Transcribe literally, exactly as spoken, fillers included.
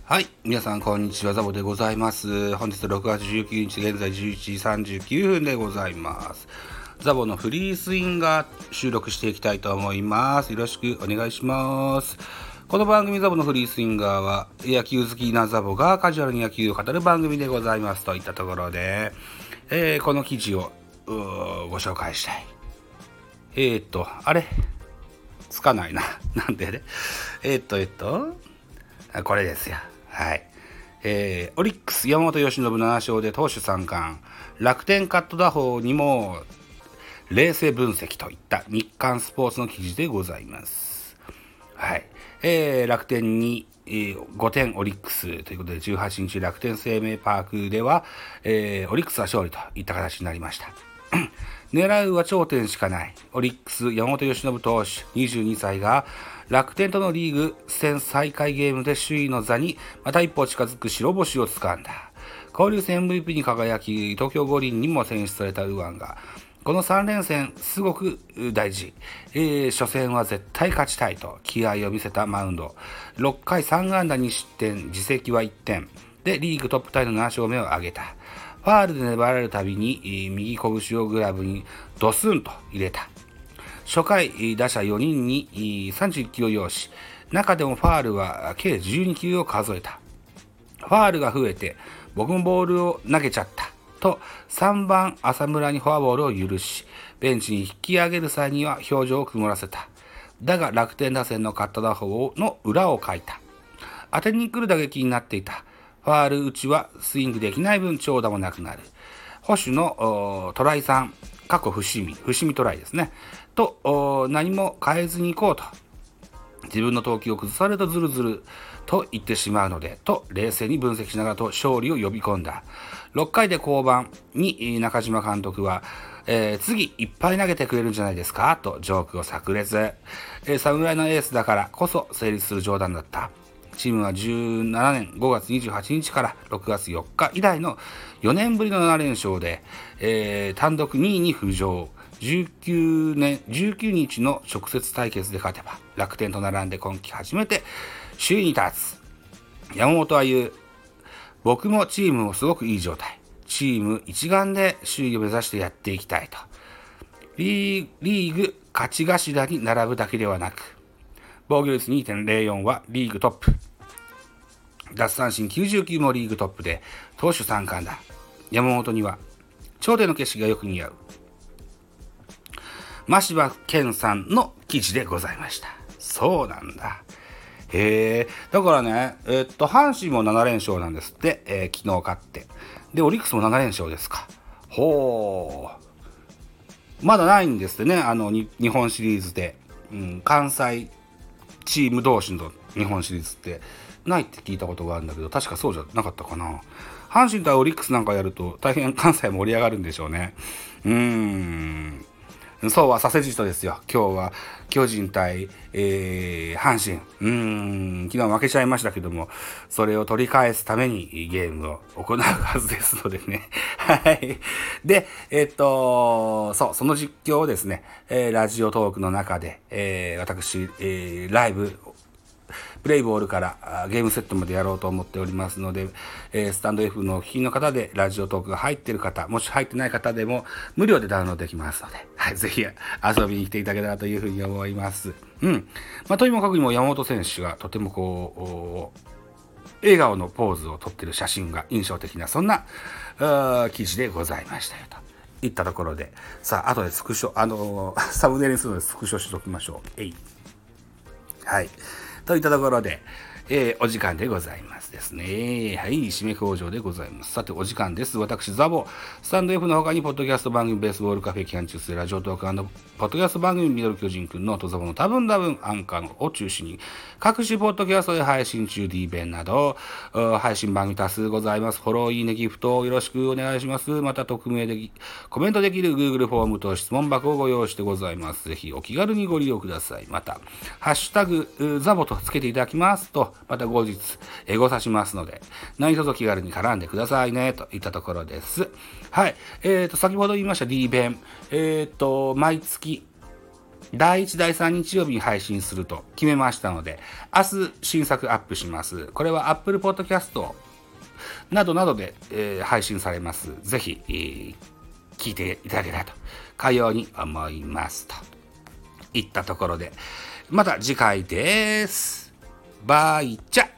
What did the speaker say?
はい。皆さん、こんにちは。ザボでございます。本日ろくがつじゅうくにち、現在じゅういちじさんじゅうきゅうふんでございます。ザボのフリースインガー収録していきたいと思います。よろしくお願いします。この番組ザボのフリースインガーは、野球好きなザボがカジュアルに野球を語る番組でございます。といったところで、えー、この記事をご紹介したい。えーっと、あれつかないな。なんでね。えーっと、えーっと、これですよ。はい。えー、オリックス山本由伸なな勝で投手さん冠、楽天カット打法にも冷静分析といった日刊スポーツの記事でございます。はい。えー、楽天に、えー、ごてんオリックスということでじゅうはちにち楽天生命パークでは、えー、オリックスは勝利といった形になりました。狙うは頂点しかないオリックス山本由伸投手にじゅうにさいが楽天とのリーグ戦再開ゲームで首位の座にまた一歩近づく白星をつかんだ。交流戦 エムブイピー に輝き東京五輪にも選出された右腕がこのさん連戦すごく大事、えー、初戦は絶対勝ちたいと気合を見せたマウンド。ろっかいさん安打に失点、自責はいってんでリーグトップタイのなな勝目を挙げた。ファールで粘られるたびに右拳をグラブにドスンと入れた。初回打者よにんにさんじゅういっきろ要し、中でもファールは計じゅうにきゅうを数えた。ファールが増えて僕もボールを投げちゃったとさんばん浅村にフォアボールを許し、ベンチに引き上げる際には表情を曇らせた。だが楽天打線のカット打法の裏をかいた。当てに来る打撃になっていた。ファール打ちはスイングできない分長打もなくなる。保守のトライさん、過去伏見、伏見トライですね。と何も変えずに行こうと。自分の投球を崩されるとズルズルと言ってしまうので、と冷静に分析しながらと勝利を呼び込んだ。ろっかいで降板に中島監督は、えー、次いっぱい投げてくれるんじゃないですかとジョークを炸裂。えー、侍のエースだからこそ成立する冗談だった。チームはじゅうななねんごがつにじゅうはちにちからろくがつよっか以来のよねんぶりのなな連勝で、えー、単独にいに浮上。じゅうきゅうねん、じゅうくにちの直接対決で勝てば楽天と並んで今季初めて首位に立つ。山本は言う。僕もチームもすごくいい状態。チーム一丸で首位を目指してやっていきたいと。リー、リーグ勝ち頭に並ぶだけではなく、防御率 にてんゼロよん はリーグトップ。奪三振きゅうじゅうきゅうもリーグトップで投手さん冠だ。山本には頂点の景色がよく似合う。真柴健さんの記事でございました。そうなんだ。へえ。だからね、えー、っと阪神もなな連勝なんですって、えー、昨日勝って。でオリックスもなな連勝ですか。ほう。まだないんですってね。あの日本シリーズで、うん、関西チーム同士の日本シリーズってないって聞いたことがあるんだけど、確かそうじゃなかったかな。阪神対オリックスなんかやると大変関西盛り上がるんでしょうね。うーん。そうはさせじとですよ。今日は巨人対、えー、阪神。うーん、昨日負けちゃいましたけども、それを取り返すためにゲームを行うはずですのでね。はい。で、えっと、そう、その実況をですね、えー、ラジオトークの中で、えー、私、えー、ライブ、プレイボールからゲームセットまでやろうと思っておりますので、えー、スタンド F のお聞きの方でラジオトークが入っている方、もし入ってない方でも無料でダウンロードできますので、はい、ぜひ遊びに来ていただけたらというふうに思います。うん。まあ、とにもかくにも山本選手がとてもこう、笑顔のポーズを撮っている写真が印象的な、そんな記事でございましたよといったところで、さあ、後でスクショ、あのー、サムネイルにするのでスクショしておきましょう。えい。はい。といったところで、えー、お時間でございますですね。はい、締め工場でございます。さて、お時間です。私、ザボ、スタンド F の他に、ポッドキャスト番組、ベースボールカフェ、期間中するラジオトーク&ポッドキャスト番組、ミドル巨人くんのとザボの多分多分アンカーのを中心に、各種ポッドキャストで配信中 D 弁など、配信番組多数ございます。フォロー、いいね、ギフトよろしくお願いします。また、匿名でコメントできる Google フォームと質問箱をご用意してございます。ぜひ、お気軽にご利用ください。また、ハッシュタグ、ザボとつけていただきますと、また後日、エゴさしますので、何卒気軽に絡んでくださいね、といったところです。はい。えっと、先ほど言いました D 弁。えっと、毎月、 だいいち、だいさん日曜日に配信すると決めましたので、明日新作アップします。これは Apple Podcast などなどで、えー、配信されます。ぜひ、えー、聞いていただけたらと、かように思いますといったところで、また次回です。バイチャ